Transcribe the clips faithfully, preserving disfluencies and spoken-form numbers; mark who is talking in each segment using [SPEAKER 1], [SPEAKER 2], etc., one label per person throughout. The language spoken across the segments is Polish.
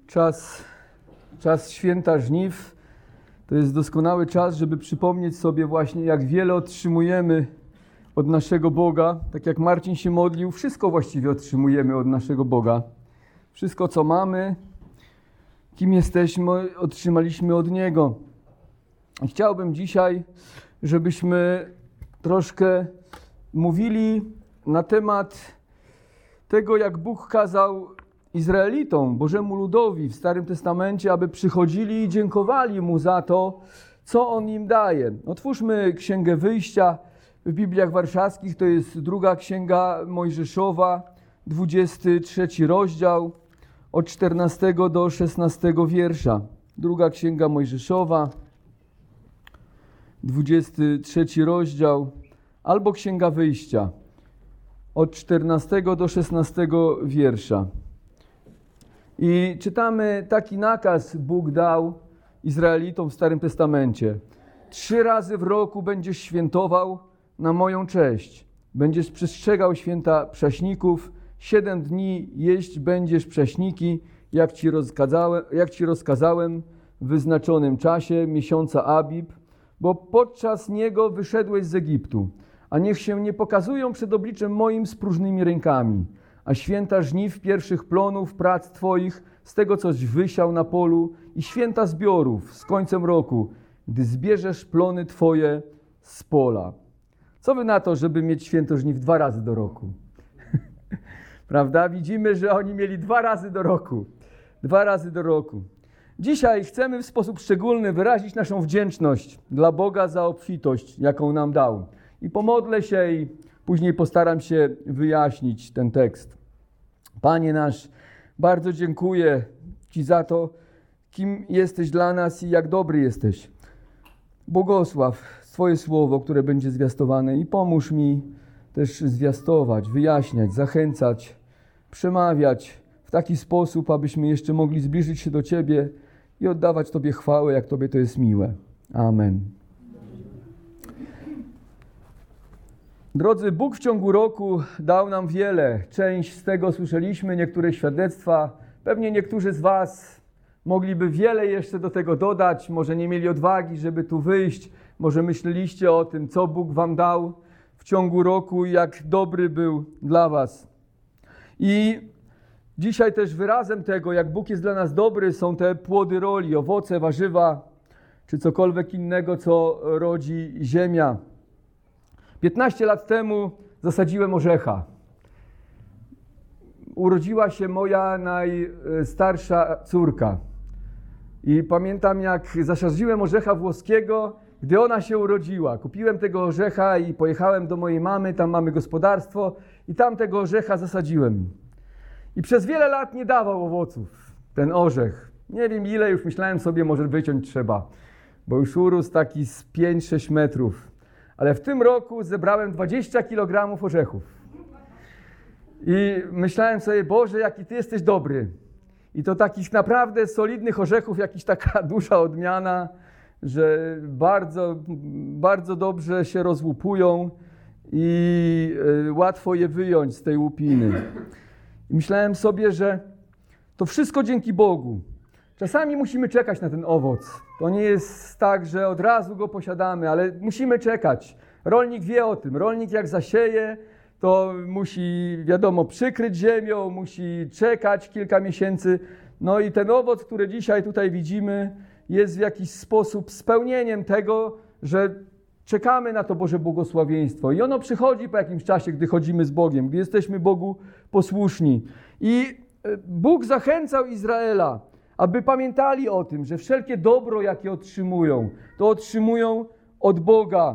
[SPEAKER 1] Czas, czas święta żniw to jest doskonały czas, żeby przypomnieć sobie właśnie, jak wiele otrzymujemy od naszego Boga. Tak jak Marcin się modlił, wszystko właściwie otrzymujemy od naszego Boga. Wszystko, co mamy, kim jesteśmy, otrzymaliśmy od Niego. I chciałbym dzisiaj, żebyśmy troszkę mówili na temat tego, jak Bóg kazał Izraelitom, Bożemu ludowi w Starym Testamencie, aby przychodzili i dziękowali Mu za to, co On im daje. Otwórzmy Księgę Wyjścia w Bibliach Warszawskich, to jest druga Księga Mojżeszowa, dwudziesty trzeci rozdział, od czternastego do szesnastego wiersza. Druga Księga Mojżeszowa, dwudziesty trzeci rozdział, albo Księga Wyjścia, od czternastego do szesnastego wiersza. I czytamy taki nakaz Bóg dał Izraelitom w Starym Testamencie. Trzy razy w roku będziesz świętował na moją cześć. Będziesz przestrzegał święta prześników. Siedem dni jeść będziesz prześniki, jak ci rozkazałem, jak ci rozkazałem w wyznaczonym czasie miesiąca Abib, bo podczas niego wyszedłeś z Egiptu. A niech się nie pokazują przed obliczem moim z próżnymi rękami. A święta żniw pierwszych plonów prac Twoich, z tego coś wysiał na polu, i święta zbiorów z końcem roku, gdy zbierzesz plony Twoje z pola. Co wy na to, żeby mieć święto żniw dwa razy do roku? Prawda? Widzimy, że oni mieli dwa razy do roku. Dwa razy do roku. Dzisiaj chcemy w sposób szczególny wyrazić naszą wdzięczność dla Boga za obfitość, jaką nam dał. I pomodlę się i później postaram się wyjaśnić ten tekst. Panie nasz, bardzo dziękuję Ci za to, kim jesteś dla nas i jak dobry jesteś. Błogosław Twoje słowo, które będzie zwiastowane, i pomóż mi też zwiastować, wyjaśniać, zachęcać, przemawiać w taki sposób, abyśmy jeszcze mogli zbliżyć się do Ciebie i oddawać Tobie chwałę, jak Tobie to jest miłe. Amen. Drodzy, Bóg w ciągu roku dał nam wiele. Część z tego słyszeliśmy, niektóre świadectwa. Pewnie niektórzy z Was mogliby wiele jeszcze do tego dodać. Może nie mieli odwagi, żeby tu wyjść. Może myśleliście o tym, co Bóg Wam dał w ciągu roku i jak dobry był dla Was. I dzisiaj też wyrazem tego, jak Bóg jest dla nas dobry, są te płody roli, owoce, warzywa, czy cokolwiek innego, co rodzi ziemia. piętnaście lat temu zasadziłem orzecha. Urodziła się moja najstarsza córka. I pamiętam, jak zasadziłem orzecha włoskiego, gdy ona się urodziła. Kupiłem tego orzecha i pojechałem do mojej mamy, tam mamy gospodarstwo, i tam tego orzecha zasadziłem. I przez wiele lat nie dawał owoców ten orzech. Nie wiem ile, już myślałem sobie, może wyciąć trzeba, bo już urósł taki z pięć sześć metrów. Ale w tym roku zebrałem dwadzieścia kilogramów orzechów. I myślałem sobie, Boże, jaki Ty jesteś dobry. I to takich naprawdę solidnych orzechów, jakaś taka duża odmiana, że bardzo, bardzo dobrze się rozłupują i łatwo je wyjąć z tej łupiny. I myślałem sobie, że to wszystko dzięki Bogu. Czasami musimy czekać na ten owoc. To nie jest tak, że od razu go posiadamy, ale musimy czekać. Rolnik wie o tym. Rolnik jak zasieje, to musi, wiadomo, przykryć ziemią, musi czekać kilka miesięcy. No i ten owoc, który dzisiaj tutaj widzimy, jest w jakiś sposób spełnieniem tego, że czekamy na to Boże błogosławieństwo. I ono przychodzi po jakimś czasie, gdy chodzimy z Bogiem, gdy jesteśmy Bogu posłuszni. I Bóg zachęcał Izraela, aby pamiętali o tym, że wszelkie dobro, jakie otrzymują, to otrzymują od Boga.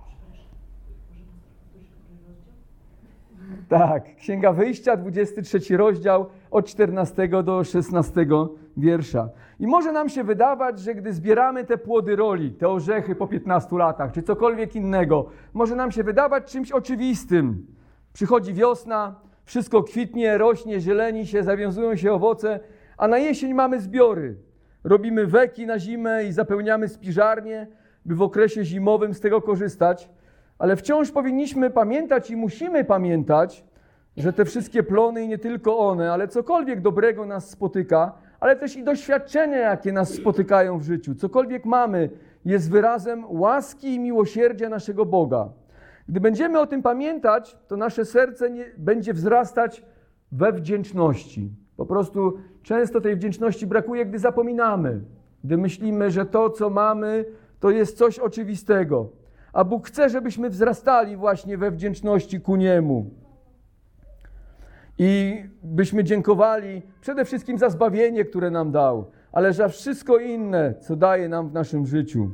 [SPEAKER 1] Tak, Księga Wyjścia, dwudziesty trzeci rozdział, od czternastego do szesnastego wiersza. I może nam się wydawać, że gdy zbieramy te płody roli, te orzechy po piętnastu latach, czy cokolwiek innego, może nam się wydawać czymś oczywistym. Przychodzi wiosna, wszystko kwitnie, rośnie, zieleni się, zawiązują się owoce, a na jesień mamy zbiory. Robimy weki na zimę i zapełniamy spiżarnie, by w okresie zimowym z tego korzystać. Ale wciąż powinniśmy pamiętać i musimy pamiętać, że te wszystkie plony i nie tylko one, ale cokolwiek dobrego nas spotyka, ale też i doświadczenia, jakie nas spotykają w życiu. Cokolwiek mamy, jest wyrazem łaski i miłosierdzia naszego Boga. Gdy będziemy o tym pamiętać, to nasze serce nie, będzie wzrastać we wdzięczności. Po prostu często tej wdzięczności brakuje, gdy zapominamy, gdy myślimy, że to, co mamy, to jest coś oczywistego. A Bóg chce, żebyśmy wzrastali właśnie we wdzięczności ku Niemu. I byśmy dziękowali przede wszystkim za zbawienie, które nam dał, ale za wszystko inne, co daje nam w naszym życiu.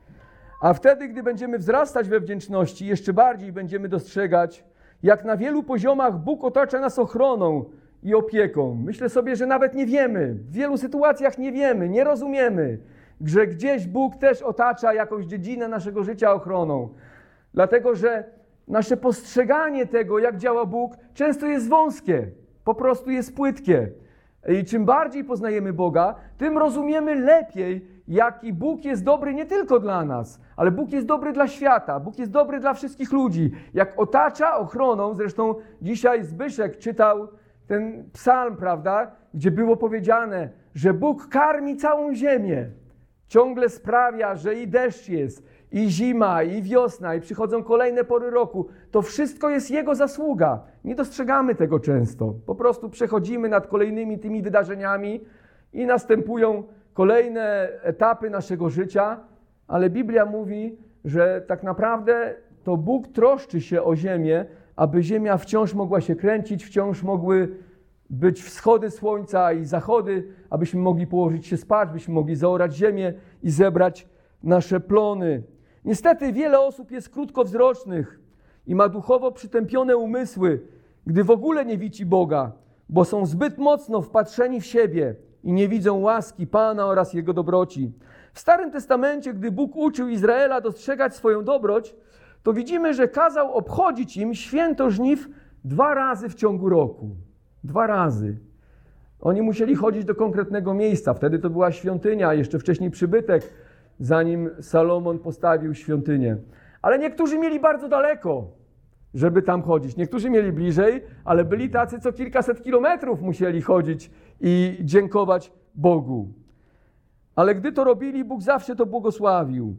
[SPEAKER 1] A wtedy, gdy będziemy wzrastać we wdzięczności, jeszcze bardziej będziemy dostrzegać, jak na wielu poziomach Bóg otacza nas ochroną i opieką. Myślę sobie, że nawet nie wiemy, w wielu sytuacjach nie wiemy, nie rozumiemy, że gdzieś Bóg też otacza jakąś dziedzinę naszego życia ochroną. Dlatego, że nasze postrzeganie tego, jak działa Bóg, często jest wąskie, po prostu jest płytkie. I czym bardziej poznajemy Boga, tym rozumiemy lepiej, jaki Bóg jest dobry nie tylko dla nas, ale Bóg jest dobry dla świata, Bóg jest dobry dla wszystkich ludzi. Jak otacza ochroną, zresztą dzisiaj Zbyszek czytał ten psalm, prawda, gdzie było powiedziane, że Bóg karmi całą ziemię. Ciągle sprawia, że i deszcz jest, i zima, i wiosna, i przychodzą kolejne pory roku. To wszystko jest Jego zasługa. Nie dostrzegamy tego często. Po prostu przechodzimy nad kolejnymi tymi wydarzeniami i następują kolejne etapy naszego życia, ale Biblia mówi, że tak naprawdę to Bóg troszczy się o ziemię, aby ziemia wciąż mogła się kręcić, wciąż mogły być wschody słońca i zachody, abyśmy mogli położyć się spać, byśmy mogli zaorać ziemię i zebrać nasze plony. Niestety wiele osób jest krótkowzrocznych i ma duchowo przytępione umysły, gdy w ogóle nie widzi Boga, bo są zbyt mocno wpatrzeni w siebie i nie widzą łaski Pana oraz Jego dobroci. W Starym Testamencie, gdy Bóg uczył Izraela dostrzegać swoją dobroć, to widzimy, że kazał obchodzić im święto żniw dwa razy w ciągu roku. Dwa razy. Oni musieli chodzić do konkretnego miejsca. Wtedy to była świątynia, jeszcze wcześniej przybytek, zanim Salomon postawił świątynię. Ale niektórzy mieli bardzo daleko, żeby tam chodzić. Niektórzy mieli bliżej, ale byli tacy, co kilkaset kilometrów musieli chodzić i dziękować Bogu. Ale gdy to robili, Bóg zawsze to błogosławił.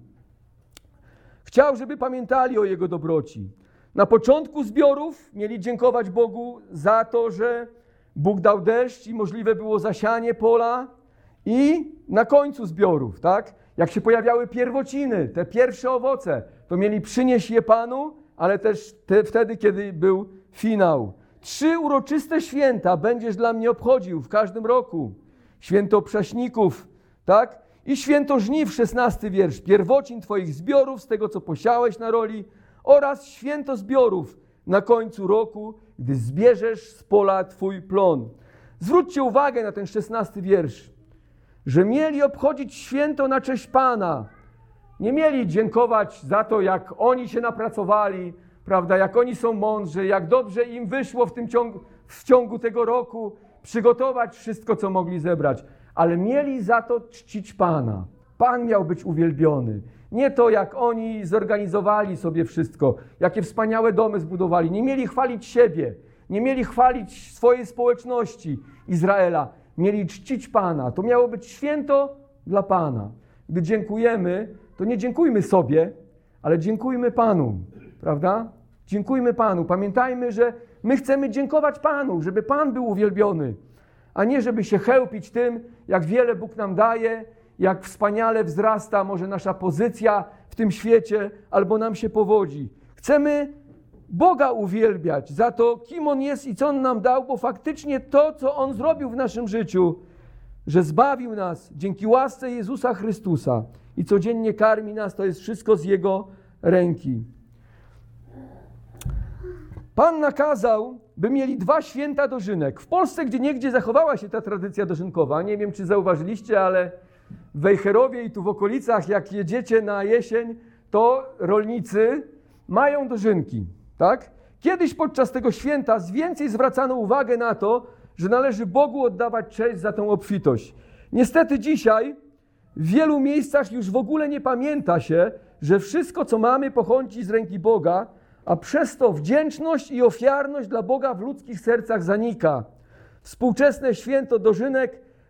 [SPEAKER 1] Chciał, żeby pamiętali o Jego dobroci. Na początku zbiorów mieli dziękować Bogu za to, że Bóg dał deszcz i możliwe było zasianie pola. I na końcu zbiorów, tak? Jak się pojawiały pierwociny, te pierwsze owoce, to mieli przynieść je Panu, ale też te, wtedy, kiedy był finał. Trzy uroczyste święta będziesz dla mnie obchodził w każdym roku. Święto Prześników, tak? I święto żniw, szesnasty wiersz. Pierwocin Twoich zbiorów z tego, co posiałeś na roli, oraz święto zbiorów na końcu roku, gdy zbierzesz z pola Twój plon. Zwróćcie uwagę na ten szesnasty wiersz, że mieli obchodzić święto na cześć Pana. Nie mieli dziękować za to, jak oni się napracowali, prawda, jak oni są mądrzy, jak dobrze im wyszło w tym ciągu, w ciągu tego roku przygotować wszystko, co mogli zebrać. Ale mieli za to czcić Pana. Pan miał być uwielbiony. Nie to, jak oni zorganizowali sobie wszystko, jakie wspaniałe domy zbudowali. Nie mieli chwalić siebie, nie mieli chwalić swojej społeczności Izraela. Mieli czcić Pana. To miało być święto dla Pana. Gdy dziękujemy, to nie dziękujmy sobie, ale dziękujmy Panu, prawda? Dziękujmy Panu. Pamiętajmy, że my chcemy dziękować Panu, żeby Pan był uwielbiony, a nie żeby się chełpić tym, jak wiele Bóg nam daje, jak wspaniale wzrasta może nasza pozycja w tym świecie, albo nam się powodzi. Chcemy Boga uwielbiać za to, kim On jest i co On nam dał, bo faktycznie to, co On zrobił w naszym życiu, że zbawił nas dzięki łasce Jezusa Chrystusa i codziennie karmi nas, to jest wszystko z Jego ręki. Pan nakazał, by mieli dwa święta dożynek. W Polsce gdzieniegdzie zachowała się ta tradycja dożynkowa. Nie wiem, czy zauważyliście, ale w Wejherowie i tu w okolicach, jak jedziecie na jesień, to rolnicy mają dożynki, tak? Kiedyś podczas tego święta więcej zwracano uwagę na to, że należy Bogu oddawać cześć za tę obfitość. Niestety dzisiaj w wielu miejscach już w ogóle nie pamięta się, że wszystko, co mamy, pochodzi z ręki Boga, a przez to wdzięczność i ofiarność dla Boga w ludzkich sercach zanika. Współczesne święto dożynek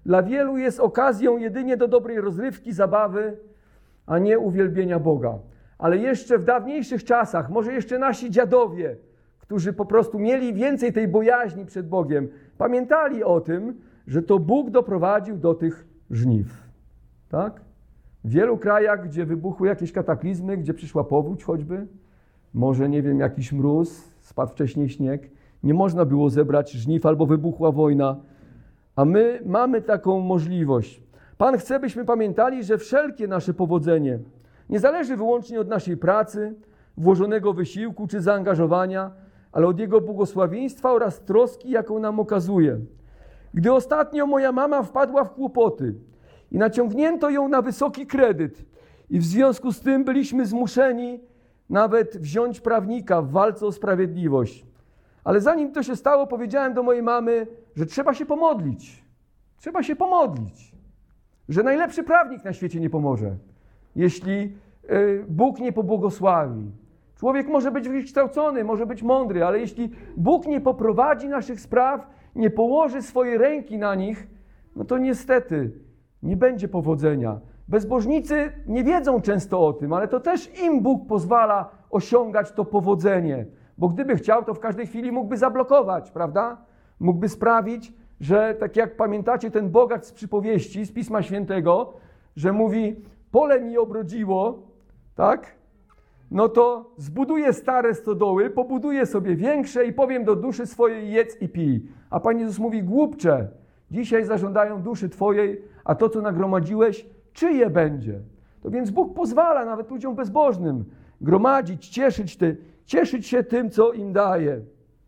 [SPEAKER 1] dla wielu jest okazją jedynie do dobrej rozrywki, zabawy, a nie uwielbienia Boga. Ale jeszcze w dawniejszych czasach, może jeszcze nasi dziadowie, którzy po prostu mieli więcej tej bojaźni przed Bogiem, pamiętali o tym, że to Bóg doprowadził do tych żniw. Tak? W wielu krajach, gdzie wybuchły jakieś kataklizmy, gdzie przyszła powódź choćby, może, nie wiem, jakiś mróz, spadł wcześniej śnieg, nie można było zebrać żniw albo wybuchła wojna, a my mamy taką możliwość. Pan chce, byśmy pamiętali, że wszelkie nasze powodzenie nie zależy wyłącznie od naszej pracy, włożonego wysiłku czy zaangażowania, ale od Jego błogosławieństwa oraz troski, jaką nam okazuje. Gdy ostatnio moja mama wpadła w kłopoty i naciągnięto ją na wysoki kredyt i w związku z tym byliśmy zmuszeni nawet wziąć prawnika w walce o sprawiedliwość. Ale zanim to się stało, powiedziałem do mojej mamy, że trzeba się pomodlić. Trzeba się pomodlić. Że najlepszy prawnik na świecie nie pomoże, jeśli Bóg nie pobłogosławi. Człowiek może być wykształcony, może być mądry, ale jeśli Bóg nie poprowadzi naszych spraw, nie położy swojej ręki na nich, no to niestety nie będzie powodzenia. Bezbożnicy nie wiedzą często o tym, ale to też im Bóg pozwala osiągać to powodzenie. Bo gdyby chciał, to w każdej chwili mógłby zablokować, prawda? Mógłby sprawić, że tak jak pamiętacie ten bogacz z przypowieści, z Pisma Świętego, że mówi, pole mi obrodziło, tak? No to zbuduję stare stodoły, pobuduję sobie większe i powiem do duszy swojej jedz i pij. A Pan Jezus mówi, głupcze, dzisiaj zażądają duszy Twojej, a to, co nagromadziłeś, czyje będzie? To więc Bóg pozwala nawet ludziom bezbożnym gromadzić, cieszyć, ty, cieszyć się tym, co im daje.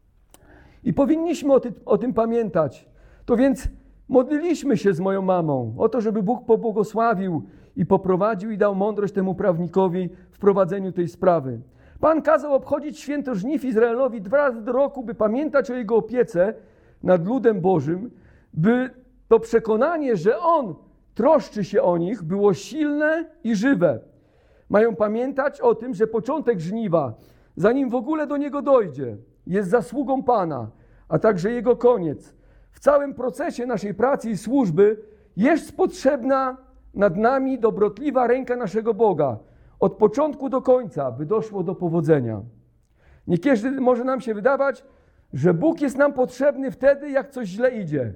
[SPEAKER 1] I powinniśmy o, ty, o tym pamiętać. To więc modliliśmy się z moją mamą o to, żeby Bóg pobłogosławił i poprowadził i dał mądrość temu prawnikowi w prowadzeniu tej sprawy. Pan kazał obchodzić święto żniw Izraelowi dwa razy do roku, by pamiętać o Jego opiece nad ludem Bożym, by to przekonanie, że On troszczy się o nich, było silne i żywe. Mają pamiętać o tym, że początek żniwa, zanim w ogóle do niego dojdzie, jest zasługą Pana, a także jego koniec. W całym procesie naszej pracy i służby jest potrzebna nad nami dobrotliwa ręka naszego Boga, od początku do końca, by doszło do powodzenia. Niekiedy może nam się wydawać, że Bóg jest nam potrzebny wtedy, jak coś źle idzie.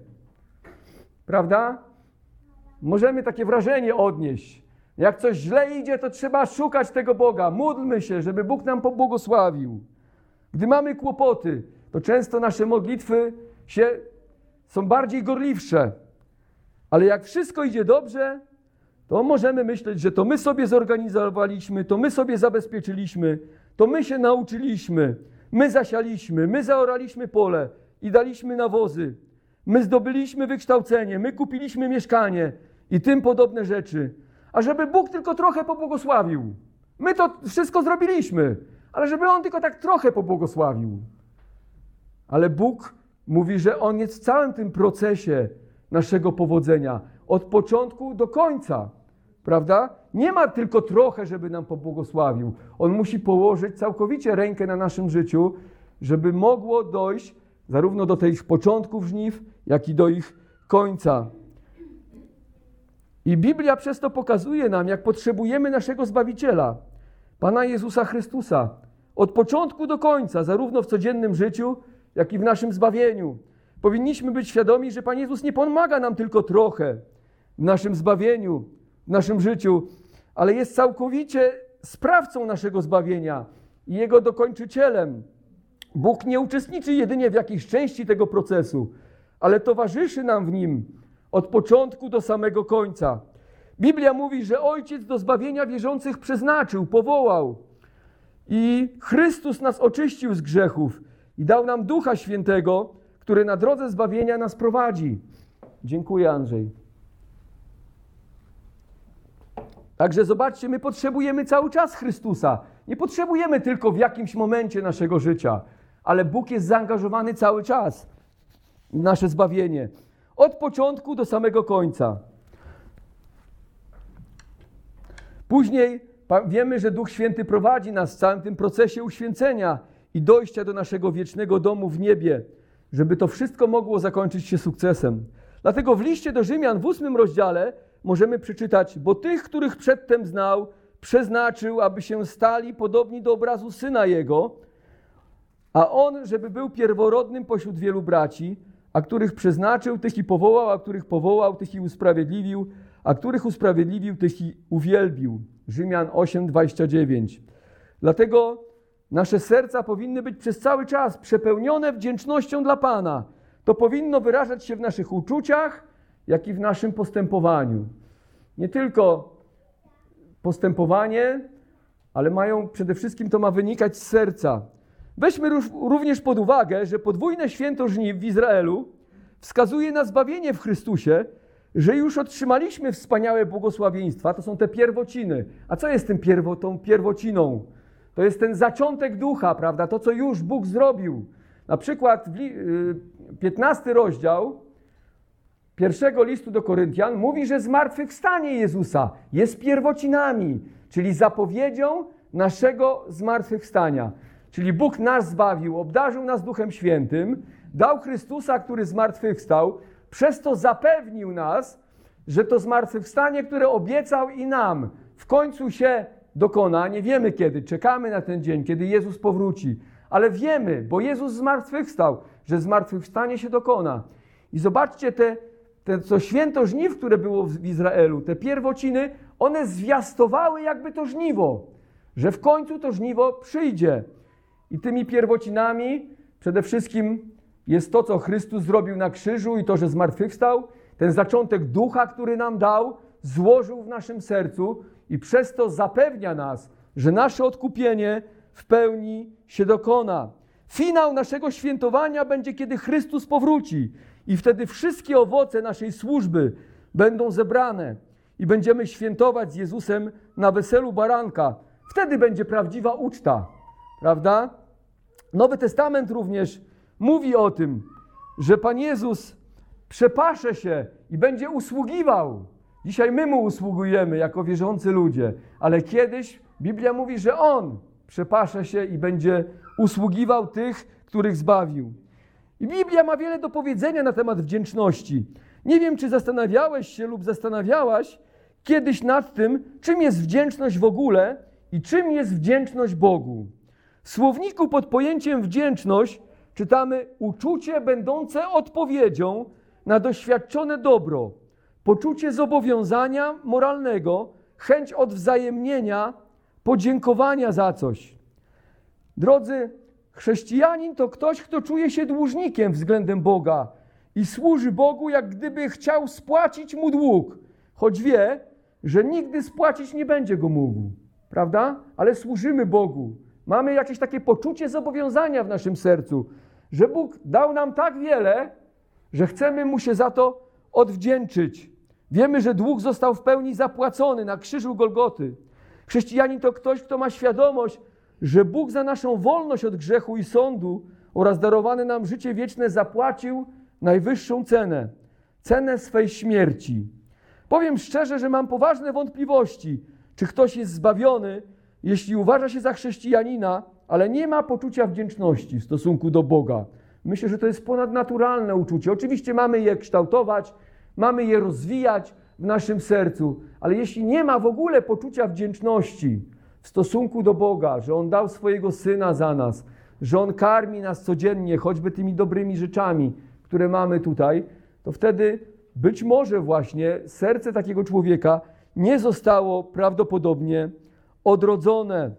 [SPEAKER 1] Prawda? Możemy takie wrażenie odnieść. Jak coś źle idzie, to trzeba szukać tego Boga. Módlmy się, żeby Bóg nam pobłogosławił. Gdy mamy kłopoty, to często nasze modlitwy się, są bardziej gorliwsze. Ale jak wszystko idzie dobrze, to możemy myśleć, że to my sobie zorganizowaliśmy, to my sobie zabezpieczyliśmy, to my się nauczyliśmy, my zasialiśmy, my zaoraliśmy pole i daliśmy nawozy. My zdobyliśmy wykształcenie, my kupiliśmy mieszkanie i tym podobne rzeczy. A żeby Bóg tylko trochę pobłogosławił. My to wszystko zrobiliśmy, ale żeby On tylko tak trochę pobłogosławił. Ale Bóg mówi, że On jest w całym tym procesie naszego powodzenia. Od początku do końca. Prawda? Nie ma tylko trochę, żeby nam pobłogosławił. On musi położyć całkowicie rękę na naszym życiu, żeby mogło dojść zarówno do tych początków żniw, jak i do ich końca. I Biblia przez to pokazuje nam, jak potrzebujemy naszego Zbawiciela, Pana Jezusa Chrystusa. Od początku do końca, zarówno w codziennym życiu, jak i w naszym zbawieniu. Powinniśmy być świadomi, że Pan Jezus nie pomaga nam tylko trochę w naszym zbawieniu, w naszym życiu, ale jest całkowicie sprawcą naszego zbawienia i Jego dokończycielem. Bóg nie uczestniczy jedynie w jakiejś części tego procesu, ale towarzyszy nam w nim od początku do samego końca. Biblia mówi, że Ojciec do zbawienia wierzących przeznaczył, powołał i Chrystus nas oczyścił z grzechów i dał nam Ducha Świętego, który na drodze zbawienia nas prowadzi. Dziękuję, Andrzej. Także zobaczcie, my potrzebujemy cały czas Chrystusa. Nie potrzebujemy tylko w jakimś momencie naszego życia, ale Bóg jest zaangażowany cały czas w nasze zbawienie. Od początku do samego końca. Później wiemy, że Duch Święty prowadzi nas w całym tym procesie uświęcenia i dojścia do naszego wiecznego domu w niebie, żeby to wszystko mogło zakończyć się sukcesem. Dlatego w liście do Rzymian w ósmym rozdziale możemy przeczytać: bo tych, których przedtem znał, przeznaczył, aby się stali podobni do obrazu Syna Jego, a On, żeby był pierworodnym pośród wielu braci, a których przeznaczył, tych i powołał, a których powołał, tych i usprawiedliwił, a których usprawiedliwił, tych i uwielbił. Rzymian osiem, dwadzieścia dziewięć. Dlatego nasze serca powinny być przez cały czas przepełnione wdzięcznością dla Pana. To powinno wyrażać się w naszych uczuciach, jak i w naszym postępowaniu. Nie tylko postępowanie, ale mają przede wszystkim to ma wynikać z serca. Weźmy również pod uwagę, że podwójne święto żniw w Izraelu wskazuje na zbawienie w Chrystusie, że już otrzymaliśmy wspaniałe błogosławieństwa, to są te pierwociny. A co jest tym pierwo, tą pierwociną? To jest ten zaczątek ducha, prawda? To, co już Bóg zrobił. Na przykład piętnasty rozdział pierwszego listu do Koryntian mówi, że zmartwychwstanie Jezusa jest pierwocinami, czyli zapowiedzią naszego zmartwychwstania. Czyli Bóg nas zbawił, obdarzył nas Duchem Świętym, dał Chrystusa, który zmartwychwstał, przez to zapewnił nas, że to zmartwychwstanie, które obiecał i nam, w końcu się dokona. Nie wiemy kiedy, czekamy na ten dzień, kiedy Jezus powróci, ale wiemy, bo Jezus zmartwychwstał, że zmartwychwstanie się dokona. I zobaczcie, te, te to święto żniw, które było w Izraelu, te pierwociny, one zwiastowały jakby to żniwo, że w końcu to żniwo przyjdzie. I tymi pierwocinami przede wszystkim jest to, co Chrystus zrobił na krzyżu i to, że zmartwychwstał, ten zaczątek ducha, który nam dał, złożył w naszym sercu i przez to zapewnia nas, że nasze odkupienie w pełni się dokona. Finał naszego świętowania będzie, kiedy Chrystus powróci i wtedy wszystkie owoce naszej służby będą zebrane i będziemy świętować z Jezusem na weselu baranka. Wtedy będzie prawdziwa uczta, prawda? Nowy Testament również mówi o tym, że Pan Jezus przepasze się i będzie usługiwał. Dzisiaj my Mu usługujemy jako wierzący ludzie, ale kiedyś Biblia mówi, że On przepasze się i będzie usługiwał tych, których zbawił. I Biblia ma wiele do powiedzenia na temat wdzięczności. Nie wiem, czy zastanawiałeś się lub zastanawiałaś kiedyś nad tym, czym jest wdzięczność w ogóle i czym jest wdzięczność Bogu. W słowniku pod pojęciem wdzięczność czytamy uczucie będące odpowiedzią na doświadczone dobro, poczucie zobowiązania moralnego, chęć odwzajemnienia, podziękowania za coś. Drodzy, chrześcijanin to ktoś, kto czuje się dłużnikiem względem Boga i służy Bogu, jak gdyby chciał spłacić Mu dług, choć wie, że nigdy spłacić nie będzie go mógł, prawda? Ale służymy Bogu. Mamy jakieś takie poczucie zobowiązania w naszym sercu, że Bóg dał nam tak wiele, że chcemy Mu się za to odwdzięczyć. Wiemy, że dług został w pełni zapłacony na krzyżu Golgoty. Chrześcijanin to ktoś, kto ma świadomość, że Bóg za naszą wolność od grzechu i sądu oraz darowane nam życie wieczne zapłacił najwyższą cenę, cenę swej śmierci. Powiem szczerze, że mam poważne wątpliwości, czy ktoś jest zbawiony, jeśli uważa się za chrześcijanina, ale nie ma poczucia wdzięczności w stosunku do Boga. Myślę, że to jest ponadnaturalne uczucie. Oczywiście mamy je kształtować, mamy je rozwijać w naszym sercu, ale jeśli nie ma w ogóle poczucia wdzięczności w stosunku do Boga, że On dał swojego Syna za nas, że On karmi nas codziennie, choćby tymi dobrymi rzeczami, które mamy tutaj, to wtedy być może właśnie serce takiego człowieka nie zostało prawdopodobnie odrodzone.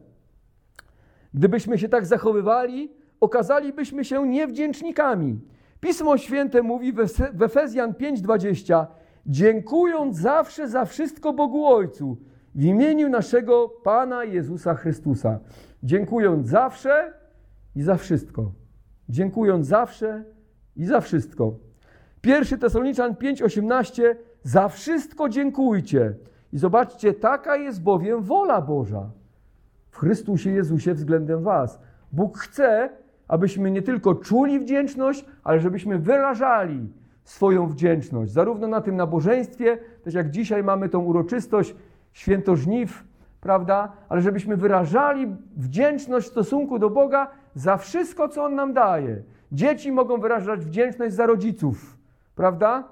[SPEAKER 1] Gdybyśmy się tak zachowywali, okazalibyśmy się niewdzięcznikami. Pismo Święte mówi w Efezjan pięć dwadzieścia: dziękując zawsze za wszystko Bogu Ojcu w imieniu naszego Pana Jezusa Chrystusa. Dziękując zawsze i za wszystko. Dziękując zawsze i za wszystko. Pierwszy Tesaloniczan pięć osiemnaście: za wszystko dziękujcie. I zobaczcie, taka jest bowiem wola Boża w Chrystusie Jezusie względem was. Bóg chce, abyśmy nie tylko czuli wdzięczność, ale żebyśmy wyrażali swoją wdzięczność. Zarówno na tym nabożeństwie, tak jak dzisiaj mamy tą uroczystość Święto Żniw, prawda? Ale żebyśmy wyrażali wdzięczność w stosunku do Boga za wszystko, co On nam daje. Dzieci mogą wyrażać wdzięczność za rodziców, prawda?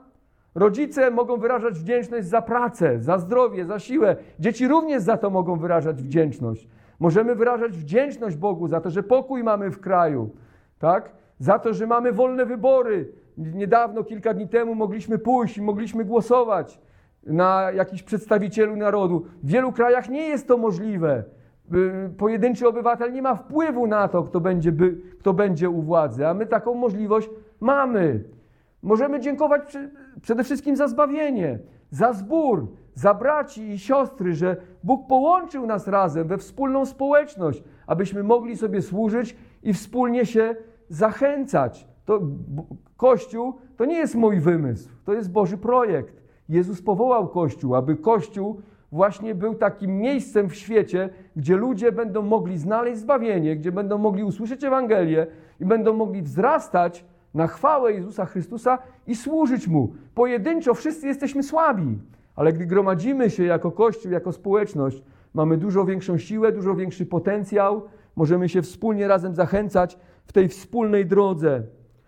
[SPEAKER 1] Rodzice mogą wyrażać wdzięczność za pracę, za zdrowie, za siłę. Dzieci również za to mogą wyrażać wdzięczność. Możemy wyrażać wdzięczność Bogu za to, że pokój mamy w kraju, tak? Za to, że mamy wolne wybory. Niedawno, kilka dni temu mogliśmy pójść i mogliśmy głosować na jakiś przedstawicielu narodu. W wielu krajach nie jest to możliwe. Pojedynczy obywatel nie ma wpływu na to, kto będzie, by, kto będzie u władzy, a my taką możliwość mamy. Możemy dziękować przede wszystkim za zbawienie, za zbór, za braci i siostry, że Bóg połączył nas razem we wspólną społeczność, abyśmy mogli sobie służyć i wspólnie się zachęcać. To Kościół to nie jest mój wymysł, to jest Boży projekt. Jezus powołał Kościół, aby Kościół właśnie był takim miejscem w świecie, gdzie ludzie będą mogli znaleźć zbawienie, gdzie będą mogli usłyszeć Ewangelię i będą mogli wzrastać na chwałę Jezusa Chrystusa i służyć Mu. Pojedynczo wszyscy jesteśmy słabi, ale gdy gromadzimy się jako Kościół, jako społeczność, mamy dużo większą siłę, dużo większy potencjał, możemy się wspólnie razem zachęcać w tej wspólnej drodze.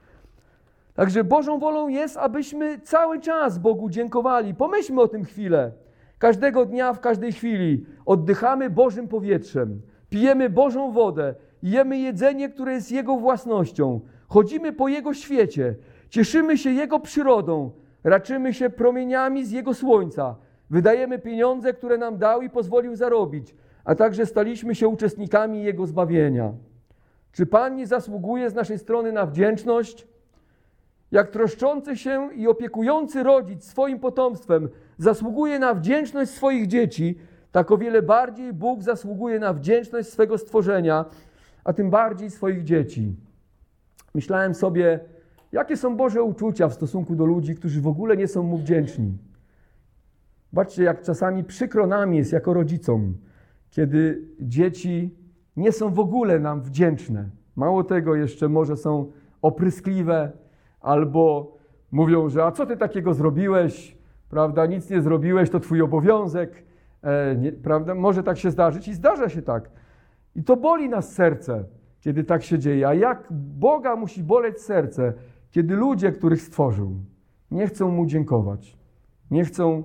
[SPEAKER 1] Także Bożą wolą jest, abyśmy cały czas Bogu dziękowali. Pomyślmy o tym chwilę. Każdego dnia, w każdej chwili oddychamy Bożym powietrzem, pijemy Bożą wodę, jemy jedzenie, które jest Jego własnością, chodzimy po Jego świecie, cieszymy się Jego przyrodą, raczymy się promieniami z Jego słońca, wydajemy pieniądze, które nam dał i pozwolił zarobić, a także staliśmy się uczestnikami Jego zbawienia. Czy Pan nie zasługuje z naszej strony na wdzięczność? Jak troszczący się i opiekujący rodzic swoim potomstwem zasługuje na wdzięczność swoich dzieci, tak o wiele bardziej Bóg zasługuje na wdzięczność swego stworzenia, a tym bardziej swoich dzieci. Myślałem sobie, jakie są Boże uczucia w stosunku do ludzi, którzy w ogóle nie są Mu wdzięczni. Zobaczcie, jak czasami przykro nam jest jako rodzicom, kiedy dzieci nie są w ogóle nam wdzięczne. Mało tego, jeszcze może są opryskliwe, albo mówią, że a co ty takiego zrobiłeś, prawda, nic nie zrobiłeś, to twój obowiązek, e, nie, prawda, może tak się zdarzyć i zdarza się tak. I to boli nas serce, kiedy tak się dzieje. A jak Boga musi boleć serce, kiedy ludzie, których stworzył, nie chcą Mu dziękować, nie chcą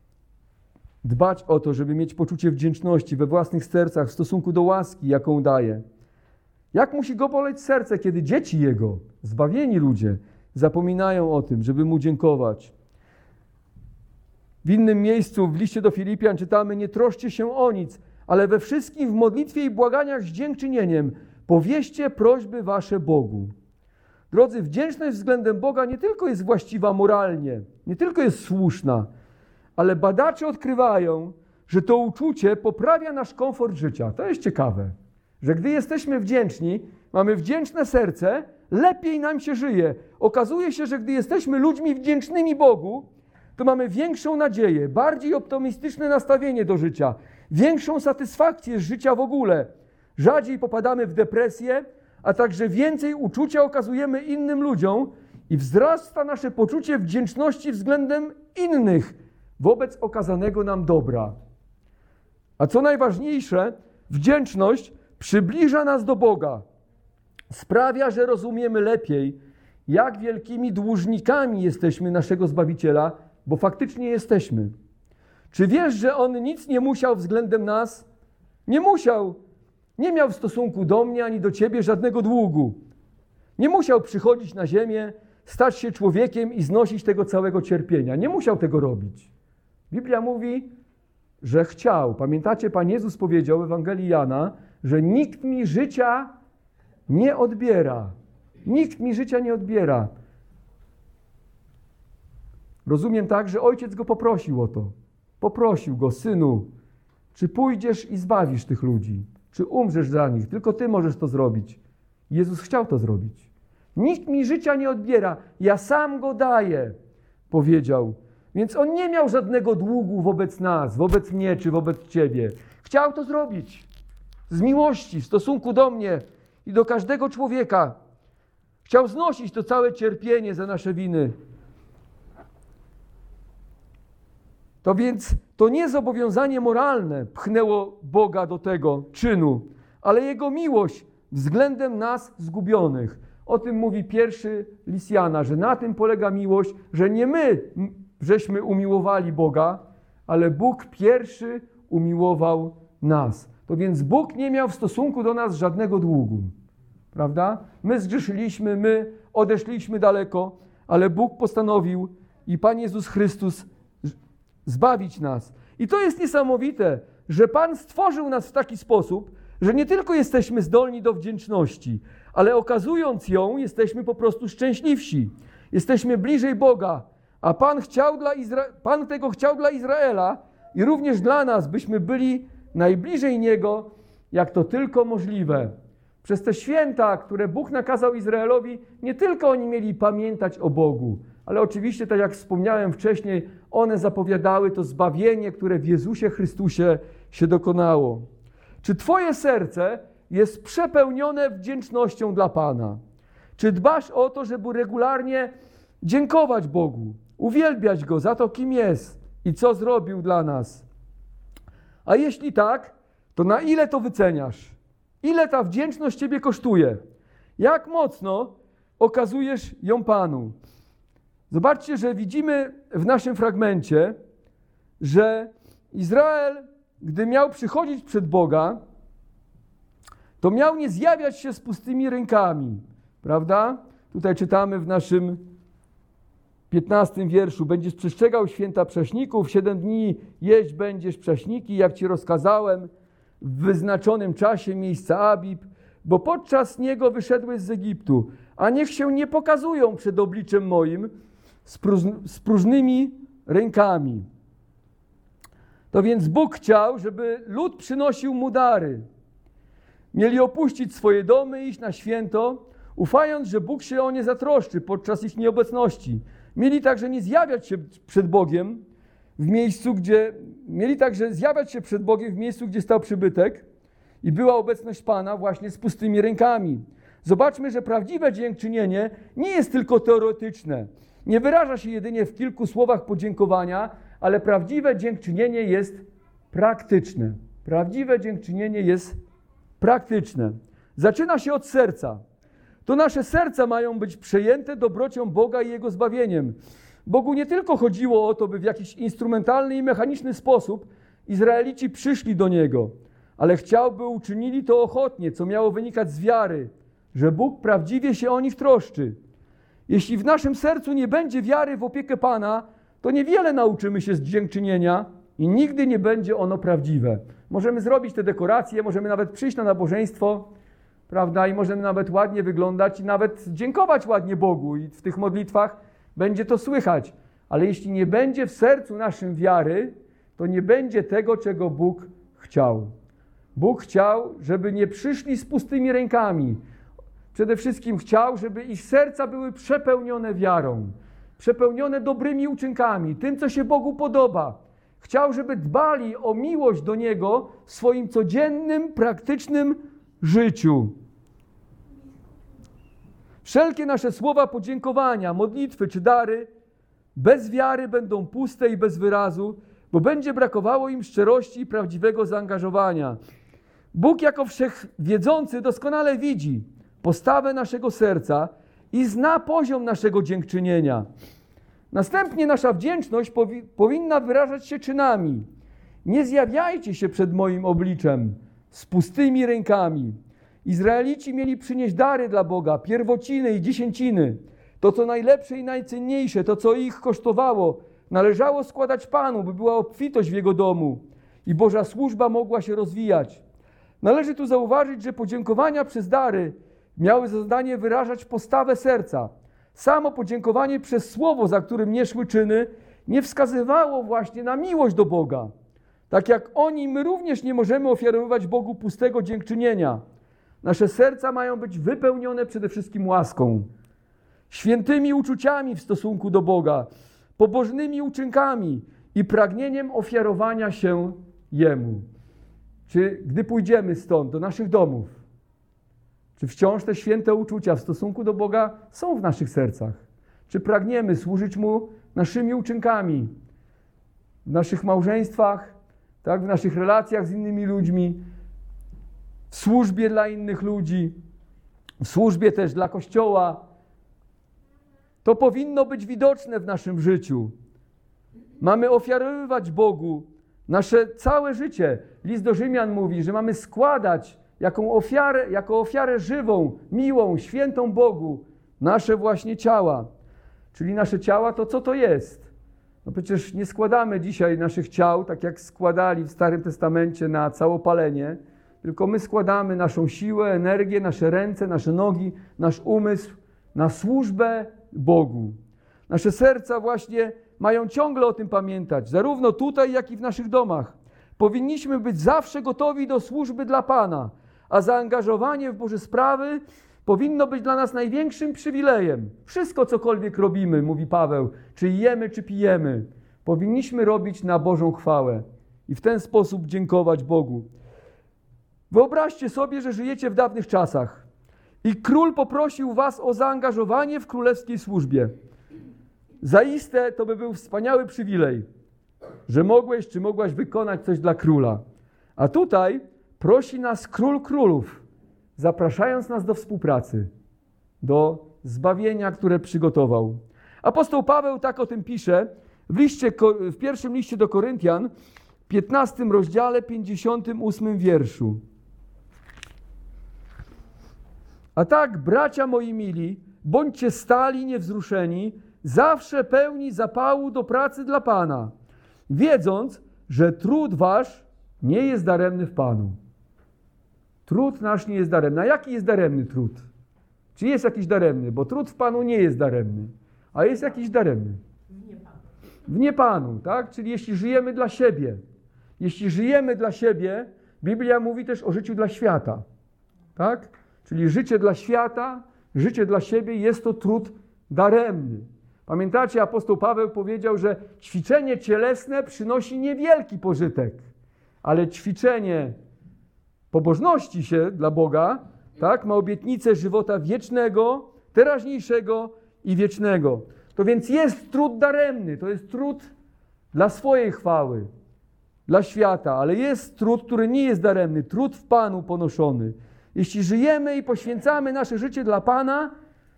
[SPEAKER 1] dbać o to, żeby mieć poczucie wdzięczności we własnych sercach w stosunku do łaski, jaką daje. Jak musi Go boleć serce, kiedy dzieci Jego, zbawieni ludzie, zapominają o tym, żeby Mu dziękować. W innym miejscu, w liście do Filipian czytamy: nie troszcie się o nic, ale we wszystkim w modlitwie i błaganiach z dziękczynieniem powieście prośby wasze Bogu. Drodzy, wdzięczność względem Boga nie tylko jest właściwa moralnie, nie tylko jest słuszna, ale badacze odkrywają, że to uczucie poprawia nasz komfort życia. To jest ciekawe, że gdy jesteśmy wdzięczni, mamy wdzięczne serce, lepiej nam się żyje. Okazuje się, że gdy jesteśmy ludźmi wdzięcznymi Bogu, to mamy większą nadzieję, bardziej optymistyczne nastawienie do życia, większą satysfakcję z życia w ogóle. Rzadziej popadamy w depresję, a także więcej uczucia okazujemy innym ludziom i wzrasta nasze poczucie wdzięczności względem innych wobec okazanego nam dobra. A co najważniejsze, wdzięczność przybliża nas do Boga. Sprawia, że rozumiemy lepiej, jak wielkimi dłużnikami jesteśmy naszego Zbawiciela, bo faktycznie jesteśmy. Czy wiesz, że On nic nie musiał względem nas? Nie musiał. Nie miał w stosunku do mnie ani do ciebie żadnego długu. Nie musiał przychodzić na ziemię, stać się człowiekiem i znosić tego całego cierpienia. Nie musiał tego robić. Biblia mówi, że chciał. Pamiętacie, Pan Jezus powiedział w Ewangelii Jana, że nikt mi życia nie odbiera. Nikt mi życia nie odbiera. Rozumiem tak, że ojciec go poprosił o to. Poprosił go: synu, czy pójdziesz i zbawisz tych ludzi? Czy umrzesz za nich? Tylko Ty możesz to zrobić. Jezus chciał to zrobić. Nikt mi życia nie odbiera, ja sam go daję, powiedział. Więc On nie miał żadnego długu wobec nas, wobec mnie czy wobec Ciebie. Chciał to zrobić z miłości, w stosunku do mnie i do każdego człowieka. Chciał znosić to całe cierpienie za nasze winy. To więc to nie zobowiązanie moralne pchnęło Boga do tego czynu, ale Jego miłość względem nas zgubionych. O tym mówi pierwszy list Jana, że na tym polega miłość, że nie my żeśmy umiłowali Boga, ale Bóg pierwszy umiłował nas. To więc Bóg nie miał w stosunku do nas żadnego długu. Prawda? My zgrzeszyliśmy, my odeszliśmy daleko, ale Bóg postanowił i Pan Jezus Chrystus zbawić nas. I to jest niesamowite, że Pan stworzył nas w taki sposób, że nie tylko jesteśmy zdolni do wdzięczności, ale okazując ją, jesteśmy po prostu szczęśliwsi. Jesteśmy bliżej Boga, a Pan, chciał dla Izra- Pan tego chciał dla Izraela i również dla nas, byśmy byli najbliżej Niego, jak to tylko możliwe. Przez te święta, które Bóg nakazał Izraelowi, nie tylko oni mieli pamiętać o Bogu, ale oczywiście, tak jak wspomniałem wcześniej, one zapowiadały to zbawienie, które w Jezusie Chrystusie się dokonało. Czy Twoje serce jest przepełnione wdzięcznością dla Pana? Czy dbasz o to, żeby regularnie dziękować Bogu, uwielbiać Go za to, kim jest i co zrobił dla nas? A jeśli tak, to na ile to wyceniasz? Ile ta wdzięczność Ciebie kosztuje? Jak mocno okazujesz ją Panu? Zobaczcie, że widzimy w naszym fragmencie, że Izrael, gdy miał przychodzić przed Boga, to miał nie zjawiać się z pustymi rękami, prawda? Tutaj czytamy w naszym piętnastym wierszu. Będziesz przestrzegał święta prześników, siedem dni jeść będziesz prześniki, jak Ci rozkazałem, w wyznaczonym czasie miejsca Abib, bo podczas niego wyszedłeś z Egiptu, a niech się nie pokazują przed obliczem moim z, próż- z próżnymi rękami. To więc Bóg chciał, żeby lud przynosił mu dary. Mieli opuścić swoje domy i iść na święto, ufając, że Bóg się o nie zatroszczy podczas ich nieobecności. Mieli także nie zjawiać się przed Bogiem w miejscu, gdzie mieli także zjawiać się przed Bogiem w miejscu, gdzie stał przybytek i była obecność Pana właśnie z pustymi rękami. Zobaczmy, że prawdziwe dziękczynienie nie jest tylko teoretyczne. Nie wyraża się jedynie w kilku słowach podziękowania, ale prawdziwe dziękczynienie jest praktyczne. Prawdziwe dziękczynienie jest praktyczne. Zaczyna się od serca. To nasze serca mają być przejęte dobrocią Boga i Jego zbawieniem. Bogu nie tylko chodziło o to, by w jakiś instrumentalny i mechaniczny sposób Izraelici przyszli do Niego, ale chciał, by uczynili to ochotnie, co miało wynikać z wiary, że Bóg prawdziwie się o nich troszczy. Jeśli w naszym sercu nie będzie wiary w opiekę Pana, to niewiele nauczymy się z dziękczynienia i nigdy nie będzie ono prawdziwe. Możemy zrobić te dekoracje, możemy nawet przyjść na nabożeństwo, prawda, i możemy nawet ładnie wyglądać i nawet dziękować ładnie Bogu i w tych modlitwach będzie to słychać. Ale jeśli nie będzie w sercu naszym wiary, to nie będzie tego, czego Bóg chciał. Bóg chciał, żeby nie przyszli z pustymi rękami. Przede wszystkim chciał, żeby ich serca były przepełnione wiarą, przepełnione dobrymi uczynkami, tym, co się Bogu podoba. Chciał, żeby dbali o miłość do Niego w swoim codziennym, praktycznym życiu. Wszelkie nasze słowa podziękowania, modlitwy czy dary bez wiary będą puste i bez wyrazu, bo będzie brakowało im szczerości i prawdziwego zaangażowania. Bóg jako wszechwiedzący doskonale widzi postawę naszego serca i zna poziom naszego dziękczynienia. Następnie nasza wdzięczność powi- powinna wyrażać się czynami. Nie zjawiajcie się przed moim obliczem z pustymi rękami. Izraelici mieli przynieść dary dla Boga, pierwociny i dziesięciny. To, co najlepsze i najcenniejsze, to, co ich kosztowało, należało składać Panu, by była obfitość w Jego domu i Boża służba mogła się rozwijać. Należy tu zauważyć, że podziękowania przez dary miały za zadanie wyrażać postawę serca. Samo podziękowanie przez słowo, za którym nie szły czyny, nie wskazywało właśnie na miłość do Boga. Tak jak oni, my również nie możemy ofiarowywać Bogu pustego dziękczynienia. Nasze serca mają być wypełnione przede wszystkim łaską, świętymi uczuciami w stosunku do Boga, pobożnymi uczynkami i pragnieniem ofiarowania się Jemu. Czy gdy pójdziemy stąd, do naszych domów, czy wciąż te święte uczucia w stosunku do Boga są w naszych sercach? Czy pragniemy służyć Mu naszymi uczynkami w naszych małżeństwach, tak, w naszych relacjach z innymi ludźmi, w służbie dla innych ludzi, w służbie też dla Kościoła. To powinno być widoczne w naszym życiu. Mamy ofiarowywać Bogu nasze całe życie. List do Rzymian mówi, że mamy składać jaką ofiarę, jako ofiarę żywą, miłą, świętą Bogu nasze właśnie ciała. Czyli nasze ciała to co to jest? No przecież nie składamy dzisiaj naszych ciał, tak jak składali w Starym Testamencie na całopalenie, tylko my składamy naszą siłę, energię, nasze ręce, nasze nogi, nasz umysł na służbę Bogu. Nasze serca właśnie mają ciągle o tym pamiętać, zarówno tutaj, jak i w naszych domach. Powinniśmy być zawsze gotowi do służby dla Pana, a zaangażowanie w Boże sprawy powinno być dla nas największym przywilejem. Wszystko, cokolwiek robimy, mówi Paweł, czy jemy, czy pijemy, powinniśmy robić na Bożą chwałę i w ten sposób dziękować Bogu. Wyobraźcie sobie, że żyjecie w dawnych czasach i król poprosił was o zaangażowanie w królewskiej służbie. Zaiste to by był wspaniały przywilej, że mogłeś czy mogłaś wykonać coś dla króla. A tutaj prosi nas król królów, zapraszając nas do współpracy, do zbawienia, które przygotował. Apostoł Paweł tak o tym pisze w, liście, w pierwszym liście do Koryntian, piętnastym rozdziale, pięćdziesiątym ósmym wierszu. A tak, bracia moi mili, bądźcie stali, niewzruszeni, zawsze pełni zapału do pracy dla Pana, wiedząc, że trud wasz nie jest daremny w Panu. Trud nasz nie jest daremny. A jaki jest daremny trud? Czy jest jakiś daremny? Bo trud w Panu nie jest daremny. A jest jakiś daremny.
[SPEAKER 2] W nie Panu.
[SPEAKER 1] W nie Panu, tak? Czyli jeśli żyjemy dla siebie. Jeśli żyjemy dla siebie, Biblia mówi też o życiu dla świata. Tak? Czyli życie dla świata, życie dla siebie jest to trud daremny. Pamiętacie, apostoł Paweł powiedział, że ćwiczenie cielesne przynosi niewielki pożytek, ale ćwiczenie pobożności się dla Boga, tak, ma obietnicę żywota wiecznego, teraźniejszego i wiecznego. To więc jest trud daremny, to jest trud dla swojej chwały, dla świata, ale jest trud, który nie jest daremny, trud w Panu ponoszony. Jeśli żyjemy i poświęcamy nasze życie dla Pana,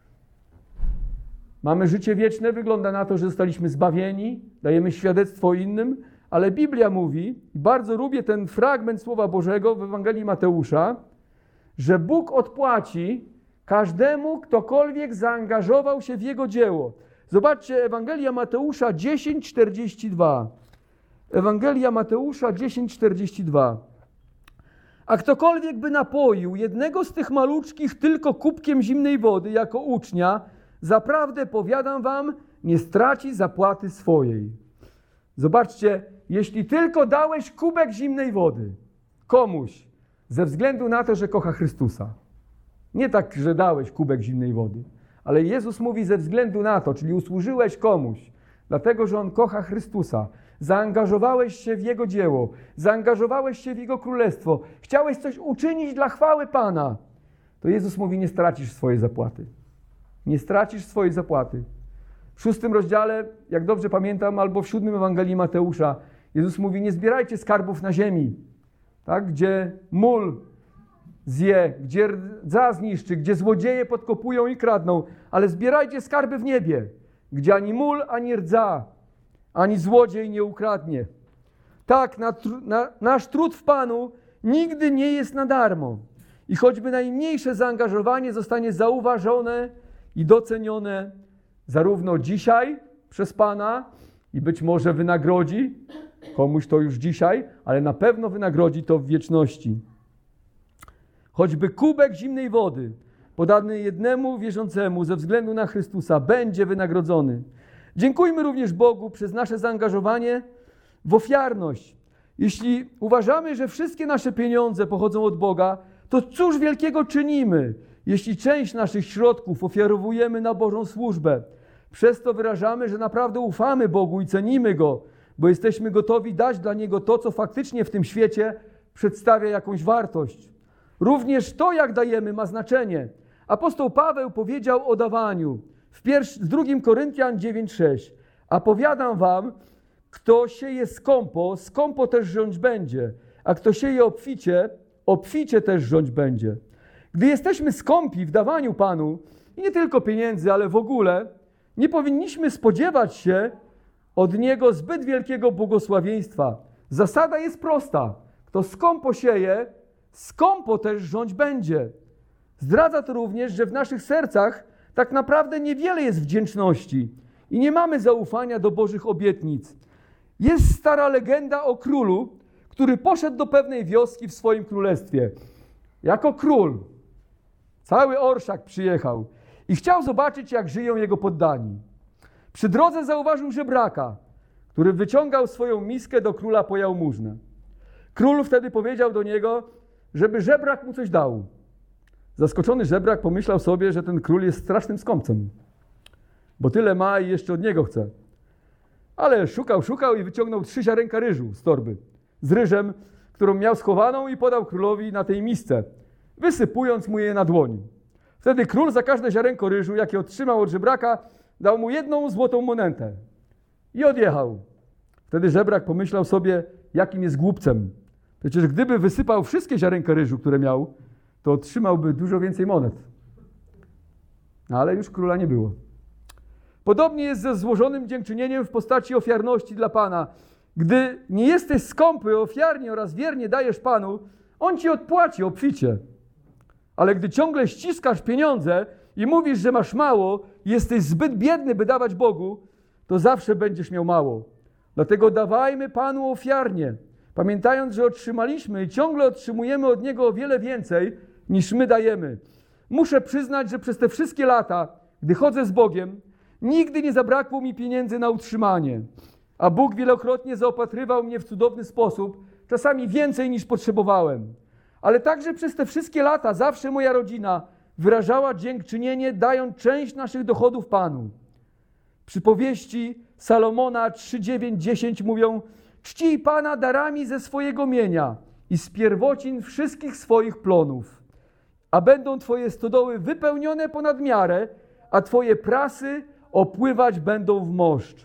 [SPEAKER 1] mamy życie wieczne, wygląda na to, że zostaliśmy zbawieni, dajemy świadectwo innym, ale Biblia mówi, i bardzo lubię ten fragment Słowa Bożego w Ewangelii Mateusza, że Bóg odpłaci każdemu, ktokolwiek zaangażował się w Jego dzieło. Zobaczcie, Ewangelia Mateusza dziesięć czterdzieści dwa. Ewangelia Mateusza dziesięć czterdzieści dwa. A ktokolwiek by napoił jednego z tych maluczkich tylko kubkiem zimnej wody jako ucznia, zaprawdę powiadam wam, nie straci zapłaty swojej. Zobaczcie, jeśli tylko dałeś kubek zimnej wody komuś ze względu na to, że kocha Chrystusa. Nie tak, że dałeś kubek zimnej wody, ale Jezus mówi ze względu na to, czyli usłużyłeś komuś, dlatego, że On kocha Chrystusa. Zaangażowałeś się w Jego dzieło, zaangażowałeś się w Jego królestwo, chciałeś coś uczynić dla chwały Pana, to Jezus mówi, nie stracisz swojej zapłaty. Nie stracisz swojej zapłaty. W szóstym rozdziale, jak dobrze pamiętam, albo w siódmym Ewangelii Mateusza, Jezus mówi, nie zbierajcie skarbów na ziemi, tak? Gdzie mól zje, gdzie rdza zniszczy, gdzie złodzieje podkopują i kradną, ale zbierajcie skarby w niebie, gdzie ani mól, ani rdza, ani złodziej nie ukradnie. Tak, na, na, nasz trud w Panu nigdy nie jest na darmo. I choćby najmniejsze zaangażowanie zostanie zauważone i docenione zarówno dzisiaj przez Pana i być może wynagrodzi komuś to już dzisiaj, ale na pewno wynagrodzi to w wieczności. Choćby kubek zimnej wody podany jednemu wierzącemu ze względu na Chrystusa będzie wynagrodzony. Dziękujmy również Bogu przez nasze zaangażowanie w ofiarność. Jeśli uważamy, że wszystkie nasze pieniądze pochodzą od Boga, to cóż wielkiego czynimy, jeśli część naszych środków ofiarowujemy na Bożą służbę. Przez to wyrażamy, że naprawdę ufamy Bogu i cenimy Go, bo jesteśmy gotowi dać dla Niego to, co faktycznie w tym świecie przedstawia jakąś wartość. Również to, jak dajemy, ma znaczenie. Apostoł Paweł powiedział o dawaniu w, pierwszy, w drugim Koryntian dziewięć sześć. A powiadam wam, kto sieje skąpo, skąpo też rządź będzie, a kto sieje obficie, obficie też rządź będzie. Gdy jesteśmy skąpi w dawaniu Panu, i nie tylko pieniędzy, ale w ogóle, nie powinniśmy spodziewać się od Niego zbyt wielkiego błogosławieństwa. Zasada jest prosta. Kto skąpo sieje, skąpo też rządź będzie. Zdradza to również, że w naszych sercach tak naprawdę niewiele jest wdzięczności i nie mamy zaufania do Bożych obietnic. Jest stara legenda o królu, który poszedł do pewnej wioski w swoim królestwie. Jako król. Cały orszak przyjechał i chciał zobaczyć, jak żyją jego poddani. Przy drodze zauważył żebraka, który wyciągał swoją miskę do króla po jałmużnę. Król wtedy powiedział do niego, żeby żebrak mu coś dał. Zaskoczony żebrak pomyślał sobie, że ten król jest strasznym skąpcem, bo tyle ma i jeszcze od niego chce. Ale szukał, szukał i wyciągnął trzy ziarenka ryżu z torby, z ryżem, którą miał schowaną, i podał królowi na tej misce, wysypując mu je na dłoń. Wtedy król za każde ziarenko ryżu, jakie otrzymał od żebraka, dał mu jedną złotą monetę i odjechał. Wtedy żebrak pomyślał sobie, jakim jest głupcem. Przecież gdyby wysypał wszystkie ziarenka ryżu, które miał, to otrzymałby dużo więcej monet. Ale już króla nie było. Podobnie jest ze złożonym dziękczynieniem w postaci ofiarności dla Pana. Gdy nie jesteś skąpy, ofiarnie oraz wiernie dajesz Panu, On ci odpłaci obficie. Ale gdy ciągle ściskasz pieniądze i mówisz, że masz mało i jesteś zbyt biedny, by dawać Bogu, to zawsze będziesz miał mało. Dlatego dawajmy Panu ofiarnie, pamiętając, że otrzymaliśmy i ciągle otrzymujemy od Niego o wiele więcej, niż my dajemy. Muszę przyznać, że przez te wszystkie lata, gdy chodzę z Bogiem, nigdy nie zabrakło mi pieniędzy na utrzymanie, a Bóg wielokrotnie zaopatrywał mnie w cudowny sposób, czasami więcej niż potrzebowałem. Ale także przez te wszystkie lata zawsze moja rodzina wyrażała dziękczynienie, dając część naszych dochodów Panu. Przypowieści Salomona trzy, dziewięć, dziesięć mówią: czcij Pana darami ze swojego mienia i z pierwocin wszystkich swoich plonów, a będą Twoje stodoły wypełnione ponad miarę, a Twoje prasy opływać będą w moszcz.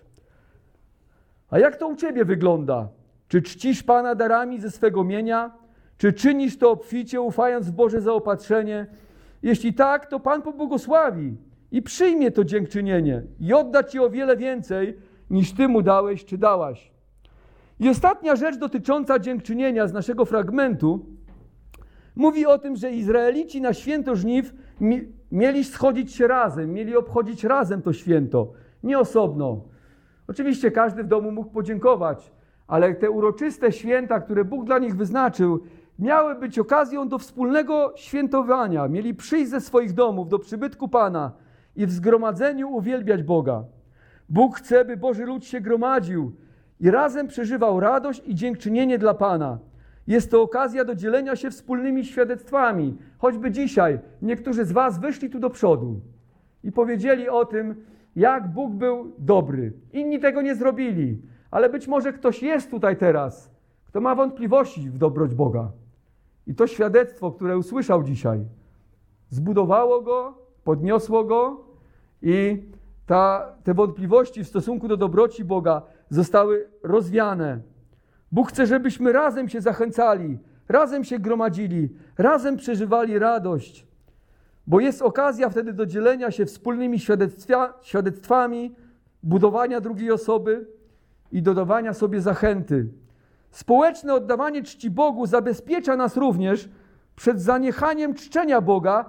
[SPEAKER 1] A jak to u Ciebie wygląda? Czy czcisz Pana darami ze swego mienia? Czy czynisz to obficie, ufając w Boże zaopatrzenie? Jeśli tak, to Pan pobłogosławi i przyjmie to dziękczynienie i odda Ci o wiele więcej, niż Ty Mu dałeś czy dałaś. I ostatnia rzecz dotycząca dziękczynienia z naszego fragmentu mówi o tym, że Izraelici na święto żniw mi, mieli schodzić się razem, mieli obchodzić razem to święto, nie osobno. Oczywiście każdy w domu mógł podziękować, ale te uroczyste święta, które Bóg dla nich wyznaczył, miały być okazją do wspólnego świętowania. Mieli przyjść ze swoich domów do przybytku Pana i w zgromadzeniu uwielbiać Boga. Bóg chce, by Boży lud się gromadził i razem przeżywał radość i dziękczynienie dla Pana. Jest to okazja do dzielenia się wspólnymi świadectwami. Choćby dzisiaj niektórzy z was wyszli tu do przodu i powiedzieli o tym, jak Bóg był dobry. Inni tego nie zrobili, ale być może ktoś jest tutaj teraz, kto ma wątpliwości w dobroć Boga. I to świadectwo, które usłyszał dzisiaj, zbudowało go, podniosło go i ta, te wątpliwości w stosunku do dobroci Boga zostały rozwiane. Bóg chce, żebyśmy razem się zachęcali, razem się gromadzili, razem przeżywali radość, bo jest okazja wtedy do dzielenia się wspólnymi świadectwa, świadectwami, budowania drugiej osoby i dodawania sobie zachęty. Społeczne oddawanie czci Bogu zabezpiecza nas również przed zaniechaniem czczenia Boga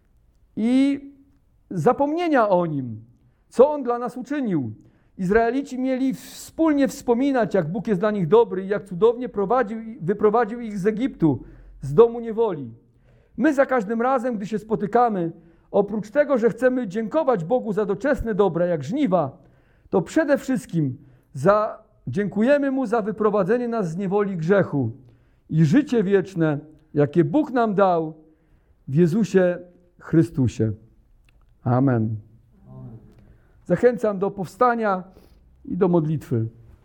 [SPEAKER 1] i zapomnienia o Nim, co On dla nas uczynił. Izraelici mieli wspólnie wspominać, jak Bóg jest dla nich dobry i jak cudownie prowadził, wyprowadził ich z Egiptu, z domu niewoli. My za każdym razem, gdy się spotykamy, oprócz tego, że chcemy dziękować Bogu za doczesne dobra, jak żniwa, to przede wszystkim za, dziękujemy Mu za wyprowadzenie nas z niewoli grzechu i życie wieczne, jakie Bóg nam dał w Jezusie Chrystusie. Amen. Zachęcam do powstania i do modlitwy.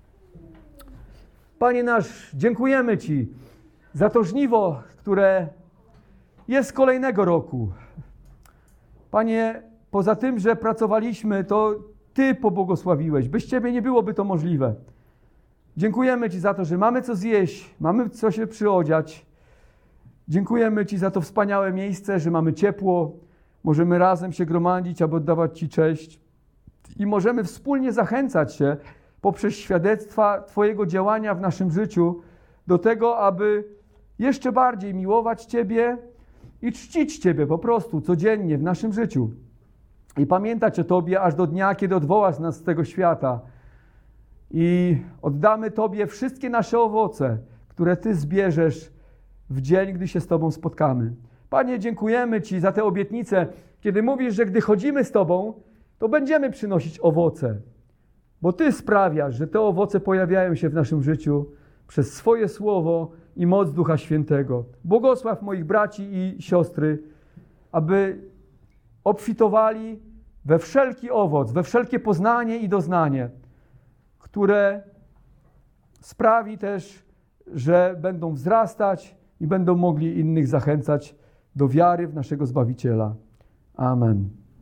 [SPEAKER 1] Panie nasz, dziękujemy Ci za to żniwo, które jest kolejnego roku. Panie, poza tym, że pracowaliśmy, to Ty pobłogosławiłeś. Bez Ciebie nie byłoby to możliwe. Dziękujemy Ci za to, że mamy co zjeść, mamy co się przyodziać Dziękujemy Ci za to wspaniałe miejsce, że mamy ciepło, możemy razem się gromadzić, aby oddawać Ci cześć i możemy wspólnie zachęcać się poprzez świadectwa Twojego działania w naszym życiu do tego, aby jeszcze bardziej miłować Ciebie i czcić Ciebie po prostu codziennie w naszym życiu. I pamiętać o Tobie aż do dnia, kiedy odwołasz nas z tego świata. I oddamy Tobie wszystkie nasze owoce, które Ty zbierzesz w dzień, gdy się z Tobą spotkamy. Panie, dziękujemy Ci za te obietnice, kiedy mówisz, że gdy chodzimy z Tobą, to będziemy przynosić owoce. Bo Ty sprawiasz, że te owoce pojawiają się w naszym życiu przez swoje słowo i moc Ducha Świętego. Błogosław moich braci i siostry, aby obfitowali we wszelki owoc, we wszelkie poznanie i doznanie, które sprawi też, że będą wzrastać i będą mogli innych zachęcać do wiary w naszego Zbawiciela. Amen.